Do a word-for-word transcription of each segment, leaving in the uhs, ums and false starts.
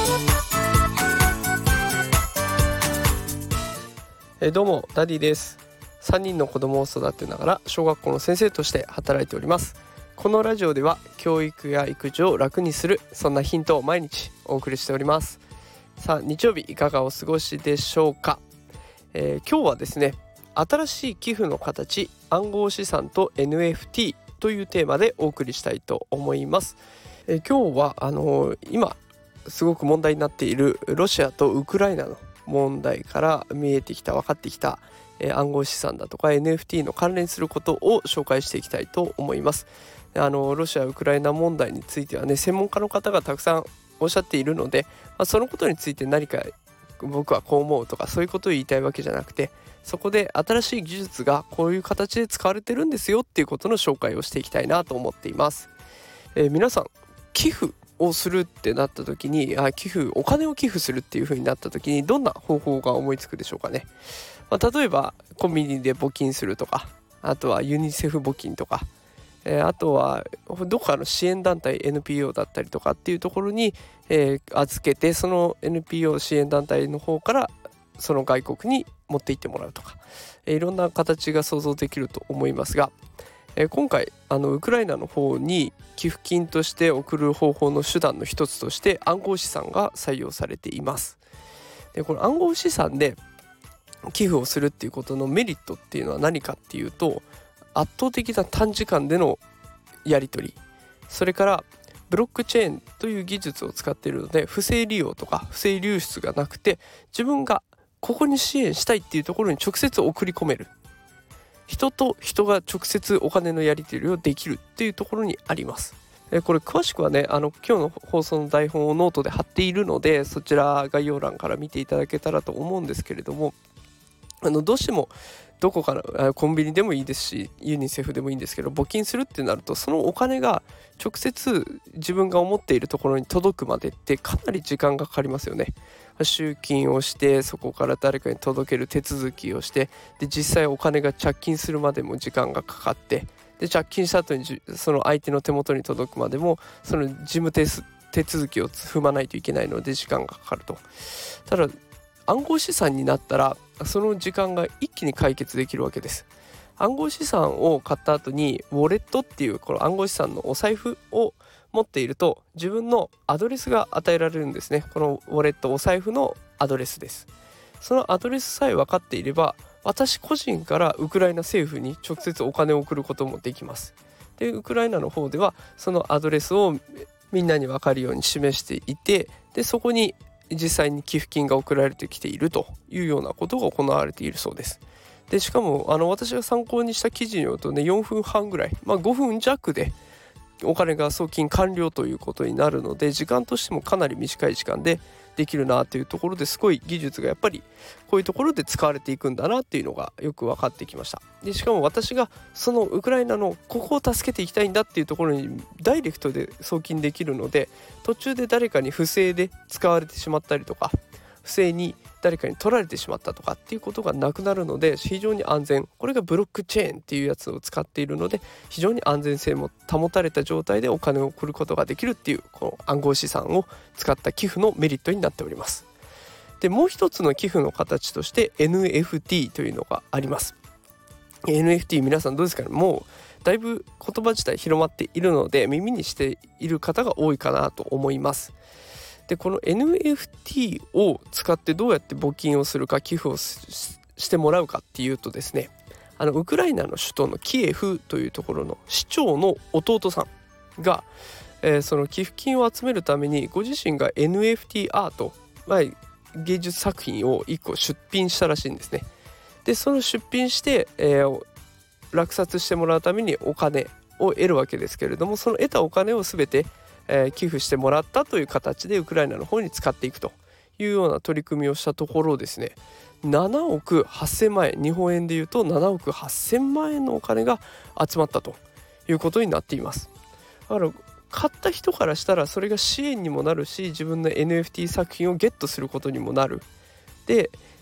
えどうもダディです。さんにんの子供を育てながら小学校の先生として働いております。このラジオでは教育や育児を楽にする、そんなヒントを毎日お送りしております。さあ、日曜日いかがお過ごしでしょうか。えー、今日はですね、新しい寄付の形、暗号資産と エヌエフティー というテーマでお送りしたいと思います。えー、今日はあのー、今すごく問題になっているロシアとウクライナの問題から見えてきた分かってきた、えー、暗号資産だとか エヌエフティー の関連することを紹介していきたいと思います。あのロシア・ウクライナ問題についてはね、専門家の方がたくさんおっしゃっているので、まあ、そのことについて何か僕はこう思うとかそういうことを言いたいわけじゃなくて、そこで新しい技術がこういう形で使われてるんですよっていうことの紹介をしていきたいなと思っています。えー、皆さん寄付をするってなった時に、あ寄付お金を寄付するっていう風になった時にどんな方法が思いつくでしょうかね。まあ、例えばコンビニで募金するとか、あとはユニセフ募金とか、えー、あとはどこかの支援団体 エヌピーオー だったりとかっていうところに、えー、預けて、その エヌピーオー 支援団体の方からその外国に持って行ってもらうとか、えー、いろんな形が想像できると思いますが、えー、今回あのウクライナの方に寄付金として送る方法の手段の一つとして暗号資産が採用されています。でこの暗号資産で寄付をするっていうことのメリットっていうのは何かっていうと、圧倒的な短時間でのやり取り、それからブロックチェーンという技術を使っているので不正利用とか不正流出がなくて、自分がここに支援したいっていうところに直接送り込める、人と人が直接お金のやり取りをできるっていうところにあります。これ詳しくはね、あの今日の放送の台本をノートで貼っているので、そちら概要欄から見ていただけたらと思うんですけれども、あのどうしてもどこかのコンビニでもいいですし、ユニセフでもいいんですけど、募金するってなるとそのお金が直接自分が思っているところに届くまでってかなり時間がかかりますよね。集金をして、そこから誰かに届ける手続きをして、で実際お金が着金するまでも時間がかかって、で着金した後にその相手の手元に届くまでもその事務手手続きを踏まないといけないので時間がかかると。ただ暗号資産になったらその時間が一気に解決できるわけです。暗号資産を買った後にウォレットっていうこの暗号資産のお財布を持っていると、自分のアドレスが与えられるんですね。このウォレットお財布のアドレスです。そのアドレスさえ分かっていれば、私個人からウクライナ政府に直接お金を送ることもできます。でウクライナの方ではそのアドレスをみんなに分かるように示していて、でそこに実際に寄付金が送られてきているというようなことが行われているそうです。でしかもあの私が参考にした記事によるとね、よんぷんはんぐらい、まあ、ごふん弱でお金が送金完了ということになるので、時間としてもかなり短い時間でできるなというところで、すごい技術がやっぱりこういうところで使われていくんだなっていうのがよく分かってきました。でしかも私がそのウクライナのここを助けていきたいんだっていうところにダイレクトで送金できるので、途中で誰かに不正で使われてしまったりとか、不正に誰かに取られてしまったとかっていうことがなくなるので、非常に安全。これがブロックチェーンっていうやつを使っているので、非常に安全性も保たれた状態でお金を送ることができるっていう、この暗号資産を使った寄付のメリットになっております。でもう一つの寄付の形として エヌエフティー というのがあります。 エヌエフティー 皆さんどうですかね。もうだいぶ言葉自体広まっているので耳にしている方が多いかなと思います。でこの エヌエフティー を使ってどうやって募金をするか、寄付をしてもらうかっていうとですね、あのウクライナの首都のキエフというところの市長の弟さんが、えー、その寄付金を集めるためにご自身が エヌエフティー アート、まあ、芸術作品をいっこ出品したらしいんですね。でその出品して、えー、落札してもらうためにお金を得るわけですけれども、その得たお金を全てえー、寄付してもらったという形でウクライナの方に使っていくというような取り組みをしたところですね、ななおくはっせんまんえん、日本円でいうとななおくはっせんまんえんのお金が集まったということになっています。だから買った人からしたらそれが支援にもなるし、自分の エヌエフティー 作品をゲットすることにもなる。で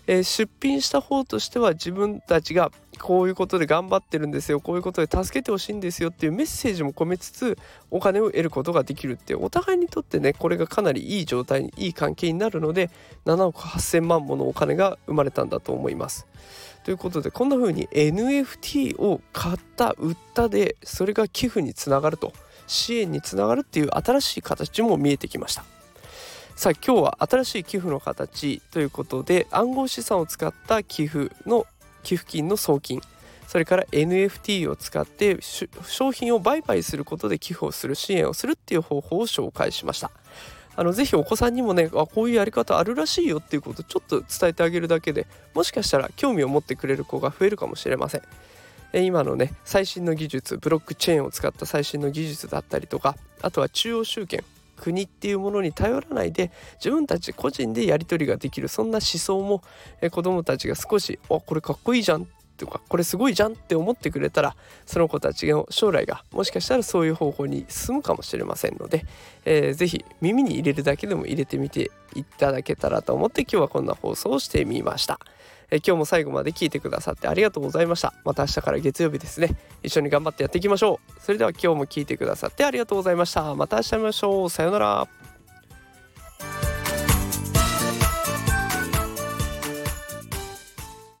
えー、出品した方としては自分たちがこういうことで頑張ってるんですよ、こういうことで助けてほしいんですよっていうメッセージも込めつつお金を得ることができるっていう、お互いにとってねこれがかなりいい状態にいい関係になるのでななおくはっせんまんものお金が生まれたんだと思います。ということでこんな風に エヌエフティー を買った売ったでそれが寄付につながると、支援につながるっていう新しい形も見えてきました。さあ今日は新しい寄付の形ということで暗号資産を使った寄付の寄付金の送金、それから エヌエフティー を使って商品を売買することで寄付をする支援をするっていう方法を紹介しました。あのぜひお子さんにもねあこういうやり方あるらしいよっていうことをちょっと伝えてあげるだけでもしかしたら興味を持ってくれる子が増えるかもしれません。今のね最新の技術、ブロックチェーンを使った最新の技術だったりとか、あとは中央集権、国っていうものに頼らないで自分たち個人でやり取りができる、そんな思想もえ子どもたちが少しあこれかっこいいじゃんとかこれすごいじゃんって思ってくれたらその子たちの将来がもしかしたらそういう方法に進むかもしれませんので、えー、ぜひ耳に入れるだけでも入れてみていただけたらと思って今日はこんな放送をしてみました。えー、今日も最後まで聞いてくださってありがとうございました。また明日から月曜日ですね、一緒に頑張ってやっていきましょう。それでは今日も聞いてくださってありがとうございました。また明日見ましょう。さようなら。